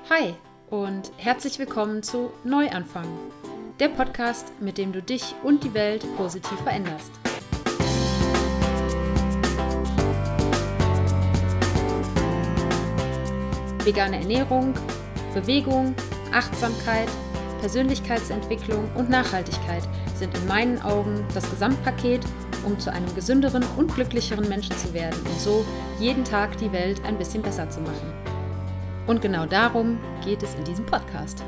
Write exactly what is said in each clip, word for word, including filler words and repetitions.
Hi und herzlich willkommen zu Neuanfang, der Podcast, mit dem du dich und die Welt positiv veränderst. Vegane Ernährung, Bewegung, Achtsamkeit, Persönlichkeitsentwicklung und Nachhaltigkeit sind in meinen Augen das Gesamtpaket, um zu einem gesünderen und glücklicheren Menschen zu werden und so jeden Tag die Welt ein bisschen besser zu machen. Und genau darum geht es in diesem Podcast.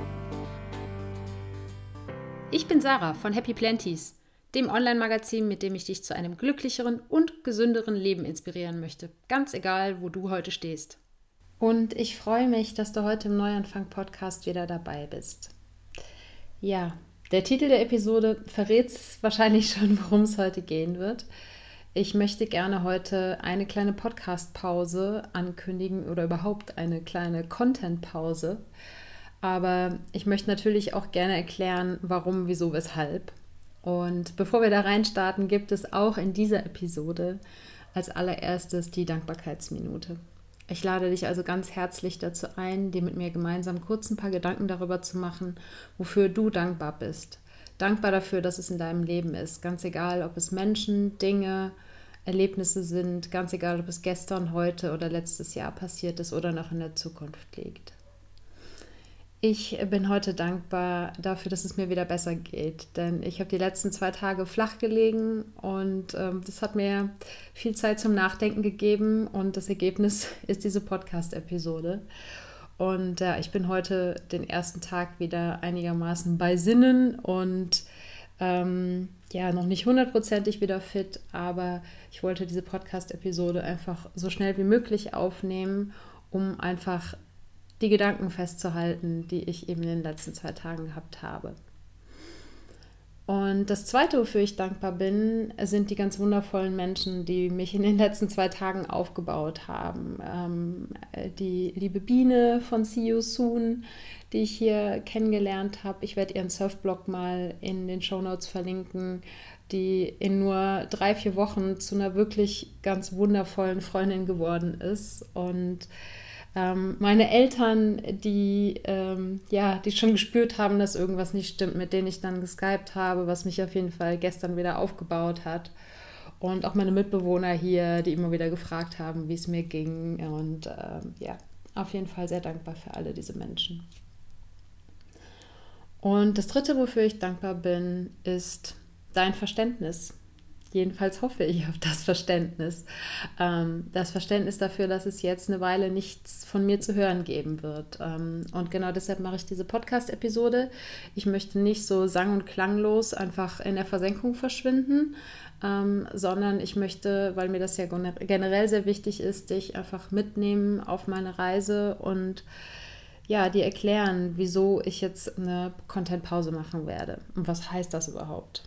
Ich bin Sarah von Happy Planties, dem Online-Magazin, mit dem ich dich zu einem glücklicheren und gesünderen Leben inspirieren möchte, ganz egal, wo du heute stehst. Und ich freue mich, dass du heute im Neuanfang-Podcast wieder dabei bist. Ja, der Titel der Episode verrät wahrscheinlich schon, worum es heute gehen wird. Ich möchte gerne heute eine kleine Podcast-Pause ankündigen oder überhaupt eine kleine Content-Pause. Aber ich möchte natürlich auch gerne erklären, warum, wieso, weshalb. Und bevor wir da reinstarten, gibt es auch in dieser Episode als allererstes die Dankbarkeitsminute. Ich lade dich also ganz herzlich dazu ein, dir mit mir gemeinsam kurz ein paar Gedanken darüber zu machen, wofür du dankbar bist. Dankbar dafür, dass es in deinem Leben ist. Ganz egal, ob es Menschen, Dinge, Erlebnisse sind. Ganz egal, ob es gestern, heute oder letztes Jahr passiert ist oder noch in der Zukunft liegt. Ich bin heute dankbar dafür, dass es mir wieder besser geht. Denn ich habe die letzten zwei Tage flach gelegen und ähm, das hat mir viel Zeit zum Nachdenken gegeben. Und das Ergebnis ist diese Podcast-Episode. Und ja, ich bin heute den ersten Tag wieder einigermaßen bei Sinnen und ähm, ja, noch nicht hundertprozentig wieder fit, aber ich wollte diese Podcast-Episode einfach so schnell wie möglich aufnehmen, um einfach die Gedanken festzuhalten, die ich eben in den letzten zwei Tagen gehabt habe. Und das Zweite, wofür ich dankbar bin, sind die ganz wundervollen Menschen, die mich in den letzten zwei Tagen aufgebaut haben. Ähm, die liebe Biene von See You Soon, die ich hier kennengelernt habe. Ich werde ihren Surfblog mal in den Shownotes verlinken, die in nur drei, vier Wochen zu einer wirklich ganz wundervollen Freundin geworden ist. Und meine Eltern, die, ähm, ja, die schon gespürt haben, dass irgendwas nicht stimmt, mit denen ich dann geskypt habe, was mich auf jeden Fall gestern wieder aufgebaut hat. Und auch meine Mitbewohner hier, die immer wieder gefragt haben, wie es mir ging. Und ähm, ja, auf jeden Fall sehr dankbar für alle diese Menschen. Und das Dritte, wofür ich dankbar bin, ist dein Verständnis. Jedenfalls hoffe ich auf das Verständnis. Ähm, das Verständnis dafür, dass es jetzt eine Weile nichts von mir zu hören geben wird. Ähm, und genau deshalb mache ich diese Podcast-Episode. Ich möchte nicht so sang- und klanglos einfach in der Versenkung verschwinden, ähm, sondern ich möchte, weil mir das ja generell sehr wichtig ist, dich einfach mitnehmen auf meine Reise und ja, dir erklären, wieso ich jetzt eine Content-Pause machen werde. Und was heißt das überhaupt?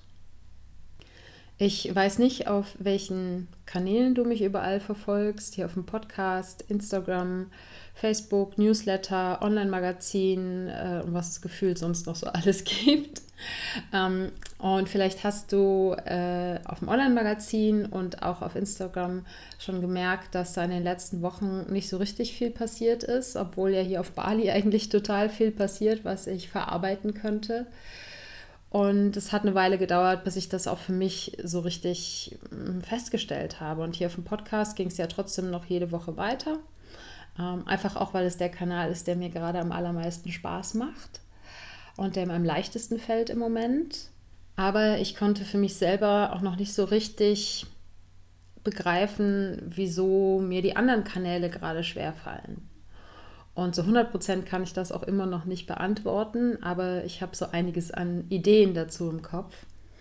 Ich weiß nicht, auf welchen Kanälen du mich überall verfolgst, hier auf dem Podcast, Instagram, Facebook, Newsletter, Online-Magazin äh, und was es gefühlt sonst noch so alles gibt. Ähm, und vielleicht hast du äh, auf dem Online-Magazin und auch auf Instagram schon gemerkt, dass da in den letzten Wochen nicht so richtig viel passiert ist, obwohl ja hier auf Bali eigentlich total viel passiert, was ich verarbeiten könnte. Und es hat eine Weile gedauert, bis ich das auch für mich so richtig festgestellt habe. Und hier auf dem Podcast ging es ja trotzdem noch jede Woche weiter. Ähm, einfach auch, weil es der Kanal ist, der mir gerade am allermeisten Spaß macht und der mir am leichtesten fällt im Moment. Aber ich konnte für mich selber auch noch nicht so richtig begreifen, wieso mir die anderen Kanäle gerade schwerfallen. Und zu hundert Prozent kann ich das auch immer noch nicht beantworten, aber ich habe so einiges an Ideen dazu im Kopf.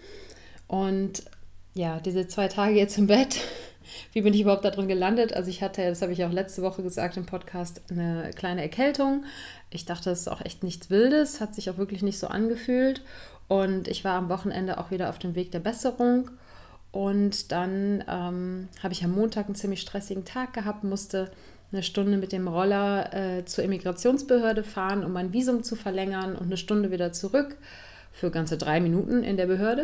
Und ja, diese zwei Tage jetzt im Bett, wie bin ich überhaupt da drin gelandet? Also ich hatte, das habe ich auch letzte Woche gesagt im Podcast, eine kleine Erkältung. Ich dachte, das ist auch echt nichts Wildes, hat sich auch wirklich nicht so angefühlt. Und ich war am Wochenende auch wieder auf dem Weg der Besserung. Und dann ähm, habe ich am Montag einen ziemlich stressigen Tag gehabt, musste eine Stunde mit dem Roller äh, zur Immigrationsbehörde fahren, um mein Visum zu verlängern und eine Stunde wieder zurück für ganze drei Minuten in der Behörde.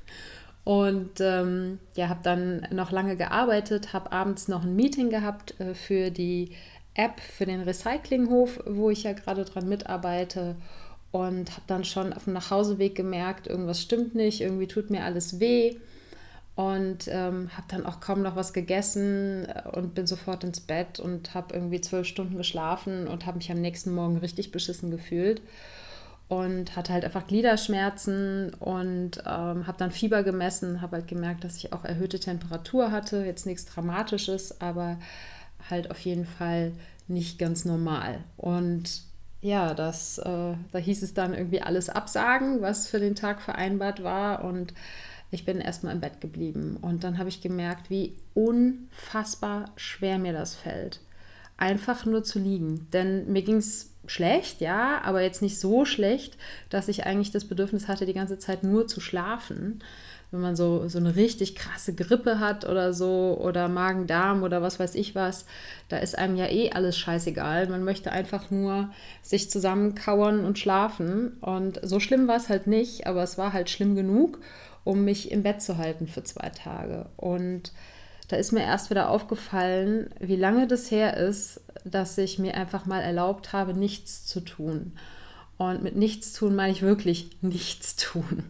Und ähm, ja, habe dann noch lange gearbeitet, habe abends noch ein Meeting gehabt äh, für die App für den Recyclinghof, wo ich ja gerade dran mitarbeite, und habe dann schon auf dem Nachhauseweg gemerkt, irgendwas stimmt nicht, irgendwie tut mir alles weh. Und ähm, habe dann auch kaum noch was gegessen und bin sofort ins Bett und habe irgendwie zwölf Stunden geschlafen und habe mich am nächsten Morgen richtig beschissen gefühlt und hatte halt einfach Gliederschmerzen und ähm, habe dann Fieber gemessen, habe halt gemerkt, dass ich auch erhöhte Temperatur hatte, jetzt nichts Dramatisches, aber halt auf jeden Fall nicht ganz normal. Und ja, das, äh, da hieß es dann irgendwie alles absagen, was für den Tag vereinbart war, und ich bin erstmal im Bett geblieben. Und dann habe ich gemerkt, wie unfassbar schwer mir das fällt, einfach nur zu liegen. Denn mir ging es schlecht, ja, aber jetzt nicht so schlecht, dass ich eigentlich das Bedürfnis hatte, die ganze Zeit nur zu schlafen. Wenn man so, so eine richtig krasse Grippe hat oder so oder Magen-Darm oder was weiß ich was, da ist einem ja eh alles scheißegal. Man möchte einfach nur sich zusammenkauern und schlafen. Und so schlimm war es halt nicht, aber es war halt schlimm genug, um mich im Bett zu halten für zwei Tage. Und da ist mir erst wieder aufgefallen, wie lange das her ist, dass ich mir einfach mal erlaubt habe, nichts zu tun. Und mit nichts tun meine ich wirklich nichts tun.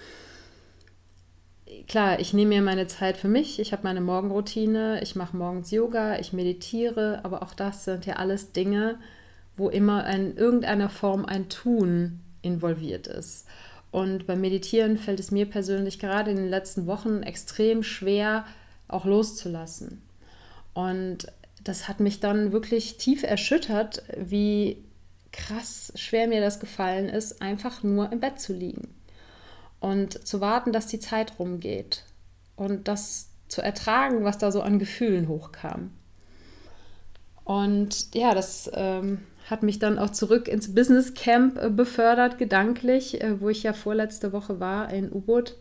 Klar, ich nehme mir meine Zeit für mich, ich habe meine Morgenroutine, ich mache morgens Yoga, ich meditiere, aber auch das sind ja alles Dinge, wo immer in irgendeiner Form ein Tun involviert ist. Und beim Meditieren fällt es mir persönlich gerade in den letzten Wochen extrem schwer, auch loszulassen. Und das hat mich dann wirklich tief erschüttert, wie krass schwer mir das gefallen ist, einfach nur im Bett zu liegen. Und zu warten, dass die Zeit rumgeht. Und das zu ertragen, was da so an Gefühlen hochkam. Und ja, das ähm, hat mich dann auch zurück ins Business Camp äh, befördert, gedanklich, äh, wo ich ja vorletzte Woche war in U-Boot.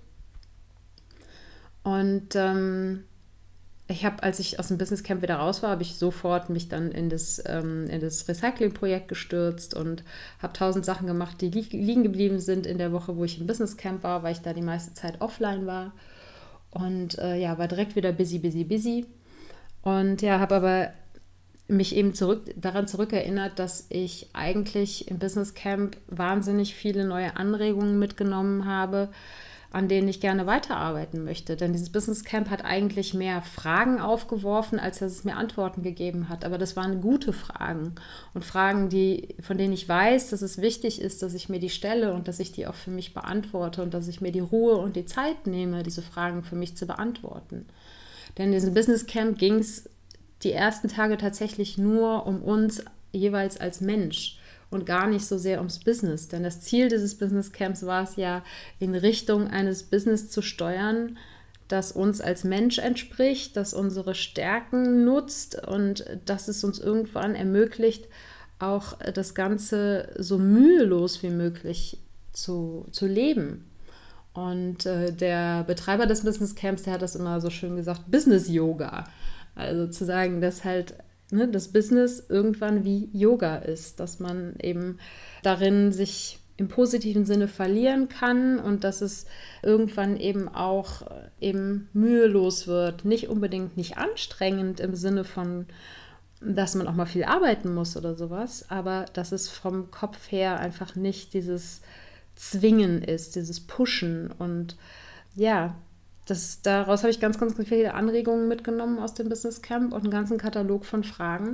Und ähm, ich habe, als ich aus dem Business Camp wieder raus war, habe ich sofort mich dann in das, ähm, in das Recycling-Projekt gestürzt und habe tausend Sachen gemacht, die li- liegen geblieben sind in der Woche, wo ich im Business Camp war, weil ich da die meiste Zeit offline war. Und äh, ja, war direkt wieder busy, busy, busy. Und ja, habe aber mich eben zurück, daran zurückerinnert, dass ich eigentlich im Business Camp wahnsinnig viele neue Anregungen mitgenommen habe, an denen ich gerne weiterarbeiten möchte. Denn dieses Business Camp hat eigentlich mehr Fragen aufgeworfen, als dass es mir Antworten gegeben hat. Aber das waren gute Fragen und Fragen, die, von denen ich weiß, dass es wichtig ist, dass ich mir die stelle und dass ich die auch für mich beantworte und dass ich mir die Ruhe und die Zeit nehme, diese Fragen für mich zu beantworten. Denn in diesem Business Camp ging es die ersten Tage tatsächlich nur um uns jeweils als Mensch und gar nicht so sehr ums Business. Denn das Ziel dieses Business Camps war es ja, in Richtung eines Business zu steuern, das uns als Mensch entspricht, das unsere Stärken nutzt und das es uns irgendwann ermöglicht, auch das Ganze so mühelos wie möglich zu, zu leben. Und äh, der Betreiber des Business Camps, der hat das immer so schön gesagt, Business Yoga. Also zu sagen, dass halt ne, das Business irgendwann wie Yoga ist, dass man eben darin sich im positiven Sinne verlieren kann und dass es irgendwann eben auch eben mühelos wird, nicht unbedingt nicht anstrengend im Sinne von, dass man auch mal viel arbeiten muss oder sowas, aber dass es vom Kopf her einfach nicht dieses Zwingen ist, dieses Pushen. Und ja, das, daraus habe ich ganz, ganz viele Anregungen mitgenommen aus dem Business Camp und einen ganzen Katalog von Fragen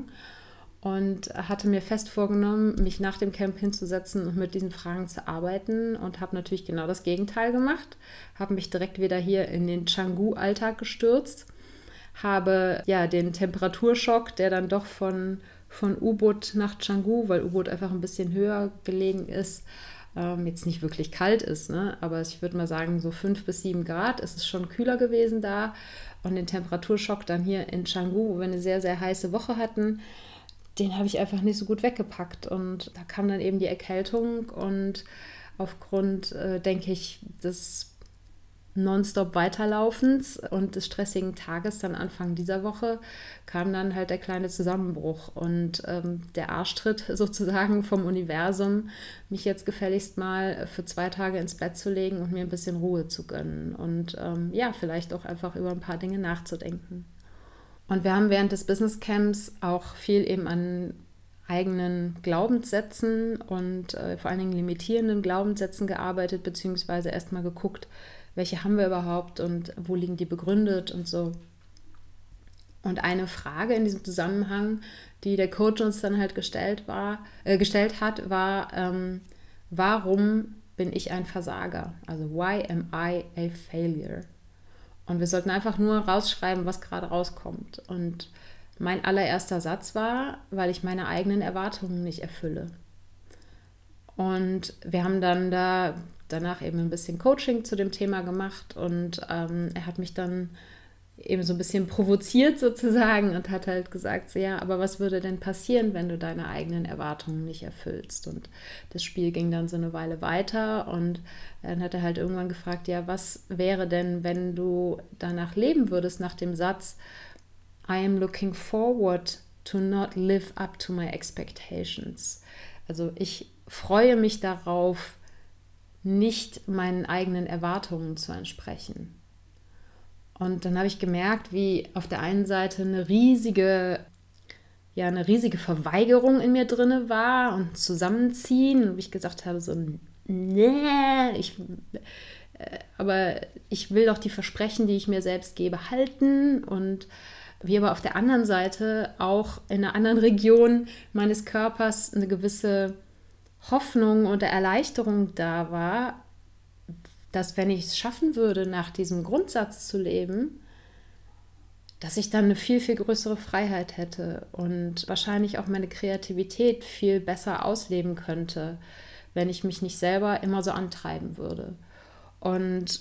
und hatte mir fest vorgenommen, mich nach dem Camp hinzusetzen und mit diesen Fragen zu arbeiten und habe natürlich genau das Gegenteil gemacht, habe mich direkt wieder hier in den Canggu-Alltag gestürzt, habe ja den Temperaturschock, der dann doch von, von U-Boot nach Canggu, weil U-Boot einfach ein bisschen höher gelegen ist, jetzt nicht wirklich kalt ist, ne? Aber ich würde mal sagen, so fünf bis sieben Grad ist es schon kühler gewesen da. Und den Temperaturschock dann hier in Canggu, wo wir eine sehr, sehr heiße Woche hatten, den habe ich einfach nicht so gut weggepackt. Und da kam dann eben die Erkältung und aufgrund, äh, denke ich, des nonstop Weiterlaufens und des stressigen Tages dann Anfang dieser Woche kam dann halt der kleine Zusammenbruch und ähm, der Arschtritt sozusagen vom Universum, mich jetzt gefälligst mal für zwei Tage ins Bett zu legen und mir ein bisschen Ruhe zu gönnen und ähm, ja, vielleicht auch einfach über ein paar Dinge nachzudenken. Und wir haben während des Business Camps auch viel eben an eigenen Glaubenssätzen und äh, vor allen Dingen limitierenden Glaubenssätzen gearbeitet, beziehungsweise erstmal geguckt, welche haben wir überhaupt und wo liegen die begründet und so. Und eine Frage in diesem Zusammenhang, die der Coach uns dann halt gestellt, war, äh, gestellt hat, war, ähm, warum bin ich ein Versager? Also, why am I a failure? Und wir sollten einfach nur rausschreiben, was gerade rauskommt. Und mein allererster Satz war, weil ich meine eigenen Erwartungen nicht erfülle. Und wir haben dann da danach eben ein bisschen Coaching zu dem Thema gemacht und ähm, er hat mich dann eben so ein bisschen provoziert sozusagen und hat halt gesagt, so, ja, aber was würde denn passieren, wenn du deine eigenen Erwartungen nicht erfüllst? Und das Spiel ging dann so eine Weile weiter und dann hat er halt irgendwann gefragt, ja, was wäre denn, wenn du danach leben würdest, nach dem Satz, I am looking forward to not live up to my expectations. Also ich freue mich darauf, nicht meinen eigenen Erwartungen zu entsprechen. Und dann habe ich gemerkt, wie auf der einen Seite eine riesige, ja, eine riesige Verweigerung in mir drin war und Zusammenziehen. Und ich gesagt habe, so, nee, ich, äh, aber ich will doch die Versprechen, die ich mir selbst gebe, halten. Und wie aber auf der anderen Seite auch in einer anderen Region meines Körpers eine gewisse Hoffnung oder Erleichterung da war, dass wenn ich es schaffen würde, nach diesem Grundsatz zu leben, dass ich dann eine viel, viel größere Freiheit hätte und wahrscheinlich auch meine Kreativität viel besser ausleben könnte, wenn ich mich nicht selber immer so antreiben würde. Und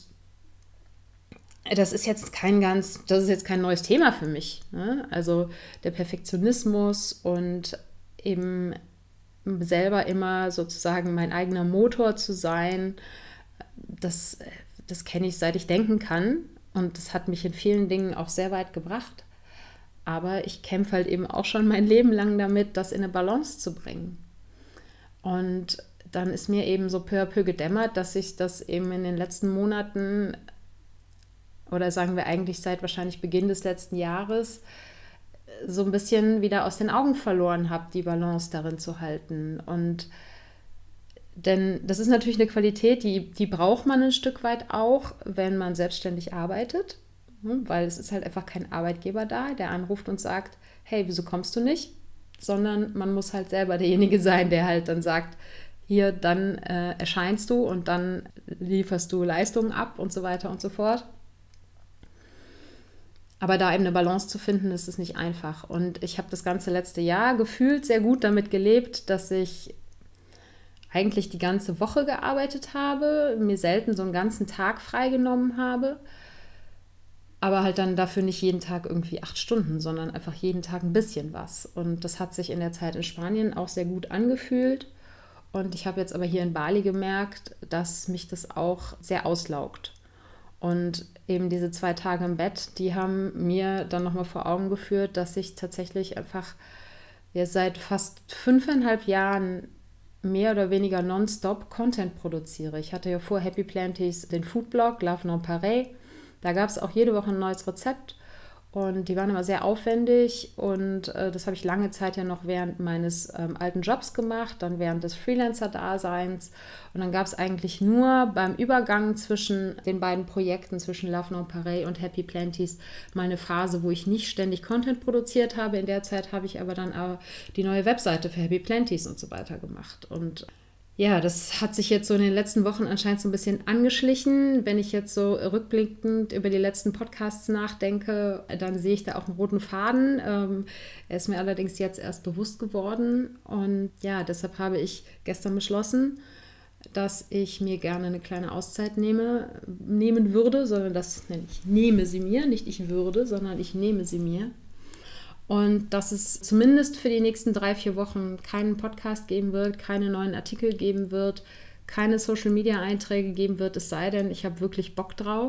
das ist jetzt kein ganz, das ist jetzt kein neues Thema für mich, ne? Also der Perfektionismus und eben selber immer sozusagen mein eigener Motor zu sein, das, das kenne ich, seit ich denken kann. Und das hat mich in vielen Dingen auch sehr weit gebracht. Aber ich kämpfe halt eben auch schon mein Leben lang damit, das in eine Balance zu bringen. Und dann ist mir eben so peu à peu gedämmert, dass ich das eben in den letzten Monaten oder sagen wir eigentlich seit wahrscheinlich Beginn des letzten Jahres so ein bisschen wieder aus den Augen verloren habe, die Balance darin zu halten. Und denn das ist natürlich eine Qualität, die, die braucht man ein Stück weit auch, wenn man selbstständig arbeitet, weil es ist halt einfach kein Arbeitgeber da, der anruft und sagt, hey, wieso kommst du nicht? Sondern man muss halt selber derjenige sein, der halt dann sagt, hier, dann äh, erscheinst du und dann lieferst du Leistungen ab und so weiter und so fort. Aber da eben eine Balance zu finden, ist es nicht einfach. Und ich habe das ganze letzte Jahr gefühlt sehr gut damit gelebt, dass ich eigentlich die ganze Woche gearbeitet habe, mir selten so einen ganzen Tag freigenommen habe, aber halt dann dafür nicht jeden Tag irgendwie acht Stunden, sondern einfach jeden Tag ein bisschen was. Und das hat sich in der Zeit in Spanien auch sehr gut angefühlt. Und ich habe jetzt aber hier in Bali gemerkt, dass mich das auch sehr auslaugt. Und eben diese zwei Tage im Bett, die haben mir dann nochmal vor Augen geführt, dass ich tatsächlich einfach jetzt seit fast fünfeinhalb Jahren mehr oder weniger nonstop Content produziere. Ich hatte ja vor Happy Planties den Foodblog Love Non Pareil. Da gab es auch jede Woche ein neues Rezept und die waren immer sehr aufwendig und äh, das habe ich lange Zeit ja noch während meines ähm, alten Jobs gemacht, dann während des Freelancer-Daseins und dann gab es eigentlich nur beim Übergang zwischen den beiden Projekten, zwischen Love Non Pareil und Happy Planties, mal eine Phase, wo ich nicht ständig Content produziert habe. In der Zeit habe ich aber dann auch die neue Webseite für Happy Planties und so weiter gemacht und ja, das hat sich jetzt so in den letzten Wochen anscheinend so ein bisschen angeschlichen. Wenn ich jetzt so rückblickend über die letzten Podcasts nachdenke, dann sehe ich da auch einen roten Faden. Ähm, er ist mir allerdings jetzt erst bewusst geworden. Und ja, deshalb habe ich gestern beschlossen, dass ich mir gerne eine kleine Auszeit nehme, nehmen würde, sondern das, ich nehme sie mir, nicht ich würde, sondern ich nehme sie mir. Und dass es zumindest für die nächsten drei, vier Wochen keinen Podcast geben wird, keine neuen Artikel geben wird, keine Social-Media-Einträge geben wird, es sei denn, ich habe wirklich Bock drauf.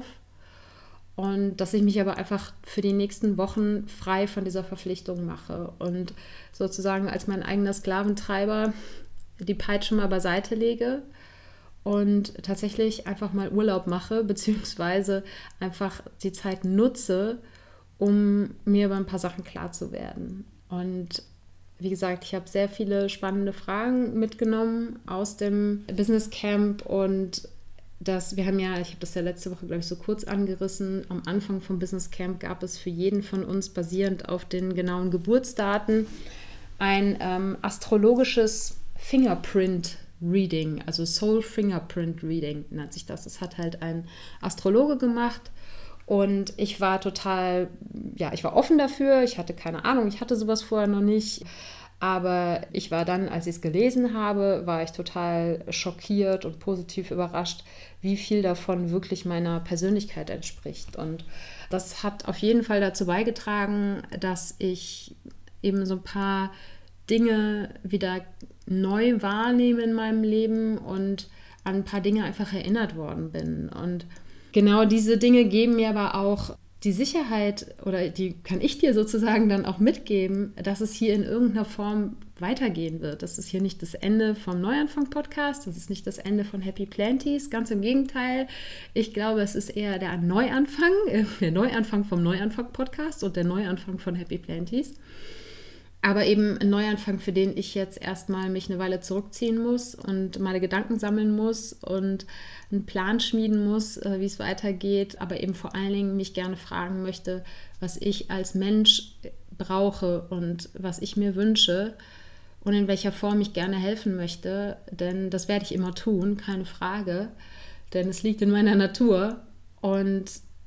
Und dass ich mich aber einfach für die nächsten Wochen frei von dieser Verpflichtung mache und sozusagen als mein eigener Sklaventreiber die Peitsche mal beiseite lege und tatsächlich einfach mal Urlaub mache, beziehungsweise einfach die Zeit nutze, um mir über ein paar Sachen klar zu werden. Und wie gesagt, ich habe sehr viele spannende Fragen mitgenommen aus dem Business Camp und das, wir haben ja, ich habe das ja letzte Woche, glaube ich, so kurz angerissen, am Anfang vom Business Camp gab es für jeden von uns basierend auf den genauen Geburtsdaten ein ähm, astrologisches Fingerprint Reading, also Soul Fingerprint Reading nennt sich das. Das hat halt ein Astrologe gemacht und ich war total, ja, ich war offen dafür, ich hatte keine Ahnung, ich hatte sowas vorher noch nicht, aber ich war dann, als ich es gelesen habe, war ich total schockiert und positiv überrascht, wie viel davon wirklich meiner Persönlichkeit entspricht. Und das hat auf jeden Fall dazu beigetragen, dass ich eben so ein paar Dinge wieder neu wahrnehme in meinem Leben und an ein paar Dinge einfach erinnert worden bin. Und genau diese Dinge geben mir aber auch die Sicherheit, oder die kann ich dir sozusagen dann auch mitgeben, dass es hier in irgendeiner Form weitergehen wird. Das ist hier nicht das Ende vom Neuanfang-Podcast, das ist nicht das Ende von Happy Planties, ganz im Gegenteil. Ich glaube, es ist eher der Neuanfang, der Neuanfang vom Neuanfang-Podcast und der Neuanfang von Happy Planties. Aber eben ein Neuanfang, für den ich jetzt erstmal mich eine Weile zurückziehen muss und meine Gedanken sammeln muss und einen Plan schmieden muss, wie es weitergeht, aber eben vor allen Dingen mich gerne fragen möchte, was ich als Mensch brauche und was ich mir wünsche und in welcher Form ich gerne helfen möchte, denn das werde ich immer tun, keine Frage, denn es liegt in meiner Natur und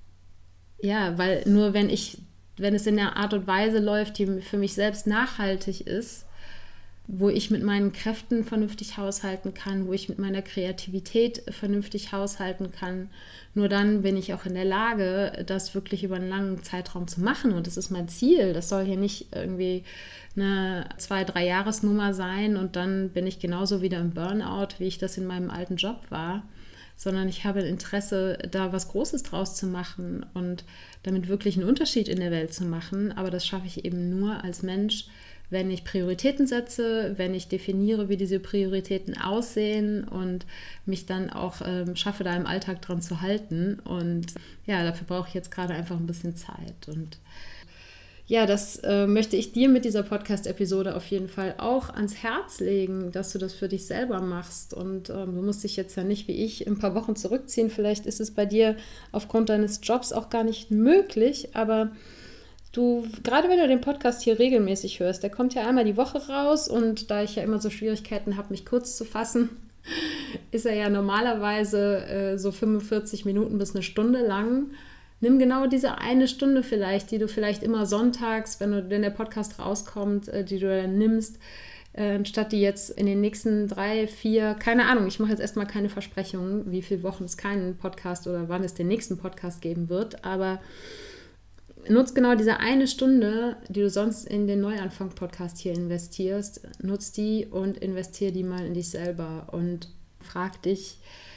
ja, weil nur wenn ich wenn es in der Art und Weise läuft, die für mich selbst nachhaltig ist, wo ich mit meinen Kräften vernünftig haushalten kann, wo ich mit meiner Kreativität vernünftig haushalten kann, nur dann bin ich auch in der Lage, das wirklich über einen langen Zeitraum zu machen. Und das ist mein Ziel. Das soll hier nicht irgendwie eine zwei-, drei-Jahres-Nummer sein und dann bin ich genauso wieder im Burnout, wie ich das in meinem alten Job war, sondern ich habe ein Interesse, da was Großes draus zu machen und damit wirklich einen Unterschied in der Welt zu machen. Aber das schaffe ich eben nur als Mensch, wenn ich Prioritäten setze, wenn ich definiere, wie diese Prioritäten aussehen und mich dann auch ähm, schaffe, da im Alltag dran zu halten. Und ja, dafür brauche ich jetzt gerade einfach ein bisschen Zeit. Und ja, das äh, möchte ich dir mit dieser Podcast-Episode auf jeden Fall auch ans Herz legen, dass du das für dich selber machst. Und ähm, du musst dich jetzt ja nicht wie ich ein paar Wochen zurückziehen. Vielleicht ist es bei dir aufgrund deines Jobs auch gar nicht möglich. Aber du, gerade wenn du den Podcast hier regelmäßig hörst, der kommt ja einmal die Woche raus. Und da ich ja immer so Schwierigkeiten habe, mich kurz zu fassen, ist er ja normalerweise äh, so fünfundvierzig Minuten bis eine Stunde lang. Nimm genau diese eine Stunde vielleicht, die du vielleicht immer sonntags, wenn, du, wenn der Podcast rauskommt, die du dann nimmst, äh, anstatt die jetzt in den nächsten drei, vier, keine Ahnung, ich mache jetzt erstmal keine Versprechungen, wie viele Wochen es keinen Podcast oder wann es den nächsten Podcast geben wird, aber nutz genau diese eine Stunde, die du sonst in den Neuanfang-Podcast hier investierst, nutz die und investier die mal in dich selber und frag dich,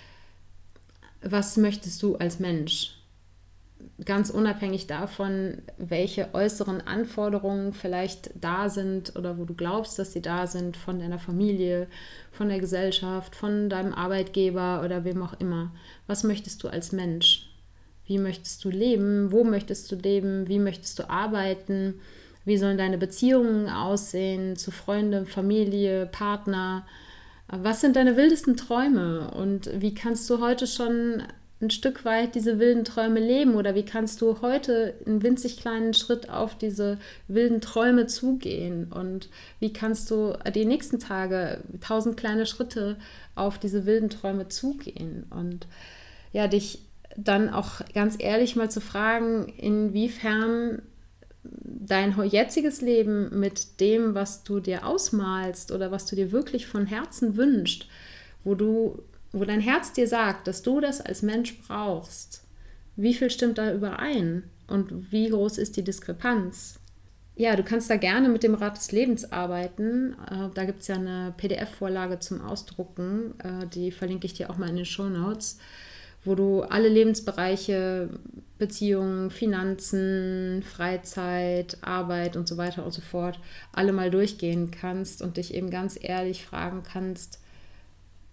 was möchtest du als Mensch? Ganz unabhängig davon, welche äußeren Anforderungen vielleicht da sind oder wo du glaubst, dass sie da sind, von deiner Familie, von der Gesellschaft, von deinem Arbeitgeber oder wem auch immer. Was möchtest du als Mensch? Wie möchtest du leben? Wo möchtest du leben? Wie möchtest du arbeiten? Wie sollen deine Beziehungen aussehen zu Freunden, Familie, Partner? Was sind deine wildesten Träume? Und wie kannst du heute schon ein Stück weit diese wilden Träume leben oder wie kannst du heute einen winzig kleinen Schritt auf diese wilden Träume zugehen und wie kannst du die nächsten Tage tausend kleine Schritte auf diese wilden Träume zugehen und ja, dich dann auch ganz ehrlich mal zu fragen, inwiefern dein jetziges Leben mit dem, was du dir ausmalst oder was du dir wirklich von Herzen wünschst, wo du wo dein Herz dir sagt, dass du das als Mensch brauchst, wie viel stimmt da überein und wie groß ist die Diskrepanz? Ja, du kannst da gerne mit dem Rad des Lebens arbeiten. Da gibt es ja eine P D F-Vorlage zum Ausdrucken, die verlinke ich dir auch mal in den Shownotes, wo du alle Lebensbereiche, Beziehungen, Finanzen, Freizeit, Arbeit und so weiter und so fort alle mal durchgehen kannst und dich eben ganz ehrlich fragen kannst,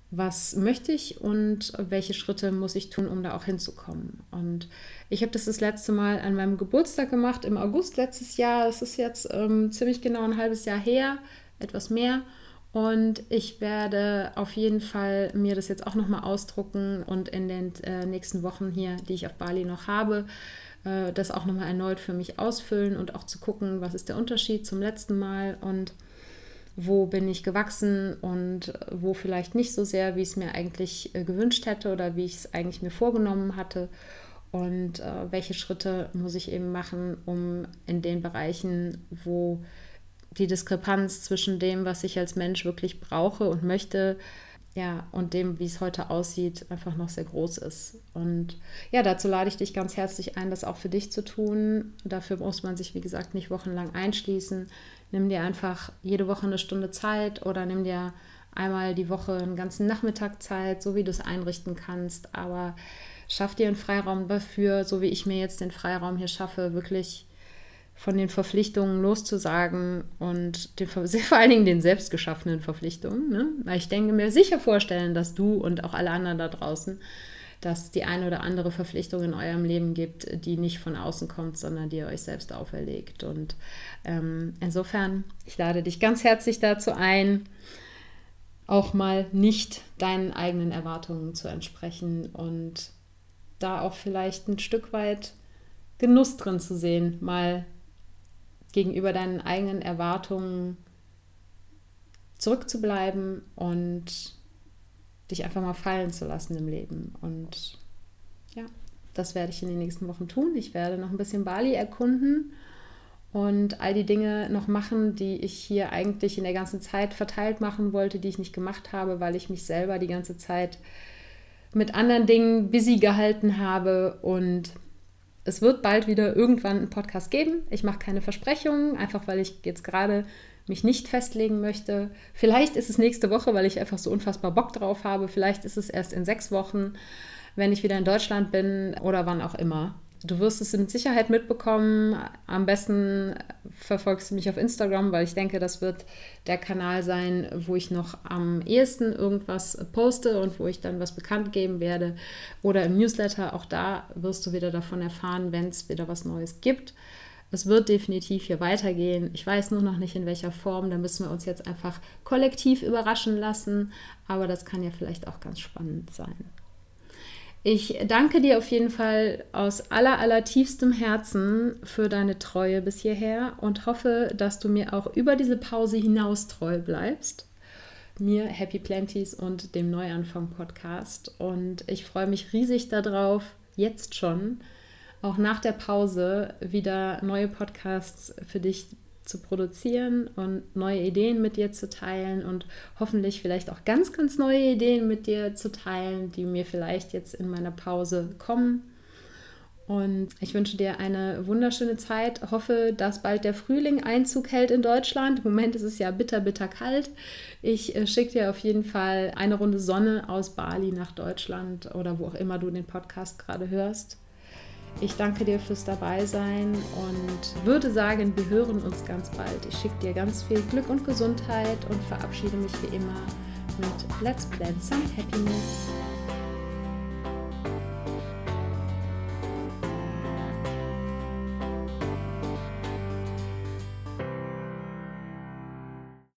was möchte ich und welche Schritte muss ich tun, um da auch hinzukommen. Und ich habe das das letzte Mal an meinem Geburtstag gemacht, im August letztes Jahr. Das ist jetzt ähm, ziemlich genau ein halbes Jahr her, etwas mehr. Und ich werde auf jeden Fall mir das jetzt auch nochmal ausdrucken und in den äh, nächsten Wochen hier, die ich auf Bali noch habe, äh, das auch nochmal erneut für mich ausfüllen und auch zu gucken, was ist der Unterschied zum letzten Mal und wo bin ich gewachsen und wo vielleicht nicht so sehr, wie ich es mir eigentlich äh, gewünscht hätte oder wie ich es eigentlich mir vorgenommen hatte. Und äh, welche Schritte muss ich eben machen, um in den Bereichen, wo die Diskrepanz zwischen dem, was ich als Mensch wirklich brauche und möchte, ja, und dem, wie es heute aussieht, einfach noch sehr groß ist. Und ja, dazu lade ich dich ganz herzlich ein, das auch für dich zu tun. Dafür muss man sich, wie gesagt, nicht wochenlang einschließen. Nimm dir einfach jede Woche eine Stunde Zeit oder nimm dir einmal die Woche einen ganzen Nachmittag Zeit, so wie du es einrichten kannst. Aber schaff dir einen Freiraum dafür, so wie ich mir jetzt den Freiraum hier schaffe, wirklich von den Verpflichtungen loszusagen und den, vor allen Dingen den selbstgeschaffenen Verpflichtungen. Ne? Weil ich denke mir sicher vorstellen, dass du und auch alle anderen da draußen, dass es die eine oder andere Verpflichtung in eurem Leben gibt, die nicht von außen kommt, sondern die ihr euch selbst auferlegt. Und ähm, insofern, ich lade dich ganz herzlich dazu ein, auch mal nicht deinen eigenen Erwartungen zu entsprechen und da auch vielleicht ein Stück weit Genuss drin zu sehen, mal gegenüber deinen eigenen Erwartungen zurückzubleiben und dich einfach mal fallen zu lassen im Leben. Und ja, das werde ich in den nächsten Wochen tun. Ich werde noch ein bisschen Bali erkunden und all die Dinge noch machen, die ich hier eigentlich in der ganzen Zeit verteilt machen wollte, die ich nicht gemacht habe, weil ich mich selber die ganze Zeit mit anderen Dingen busy gehalten habe. Und es wird bald wieder irgendwann einen Podcast geben. Ich mache keine Versprechungen, einfach weil ich jetzt gerade mich nicht festlegen möchte. Vielleicht ist es nächste Woche, weil ich einfach so unfassbar Bock drauf habe. Vielleicht ist es erst in sechs Wochen, wenn ich wieder in Deutschland bin oder wann auch immer. Du wirst es mit Sicherheit mitbekommen. Am besten verfolgst du mich auf Instagram, weil ich denke, das wird der Kanal sein, wo ich noch am ehesten irgendwas poste und wo ich dann was bekannt geben werde. Oder im Newsletter, auch da wirst du wieder davon erfahren, wenn es wieder was Neues gibt. Es wird definitiv hier weitergehen. Ich weiß nur noch nicht, in welcher Form. Da müssen wir uns jetzt einfach kollektiv überraschen lassen. Aber das kann ja vielleicht auch ganz spannend sein. Ich danke dir auf jeden Fall aus aller, aller tiefstem Herzen für deine Treue bis hierher und hoffe, dass du mir auch über diese Pause hinaus treu bleibst. Mir, Happy Planties und dem Neuanfang-Podcast. Und ich freue mich riesig darauf, jetzt schon, auch nach der Pause wieder neue Podcasts für dich zu produzieren und neue Ideen mit dir zu teilen und hoffentlich vielleicht auch ganz, ganz neue Ideen mit dir zu teilen, die mir vielleicht jetzt in meiner Pause kommen. Und ich wünsche dir eine wunderschöne Zeit. Hoffe, dass bald der Frühling Einzug hält in Deutschland. Im Moment ist es ja bitter, bitter kalt. Ich äh, schicke dir auf jeden Fall eine Runde Sonne aus Bali nach Deutschland oder wo auch immer du den Podcast gerade hörst. Ich danke dir fürs Dabeisein und würde sagen, wir hören uns ganz bald. Ich schicke dir ganz viel Glück und Gesundheit und verabschiede mich wie immer mit Let's Plant Some Happiness.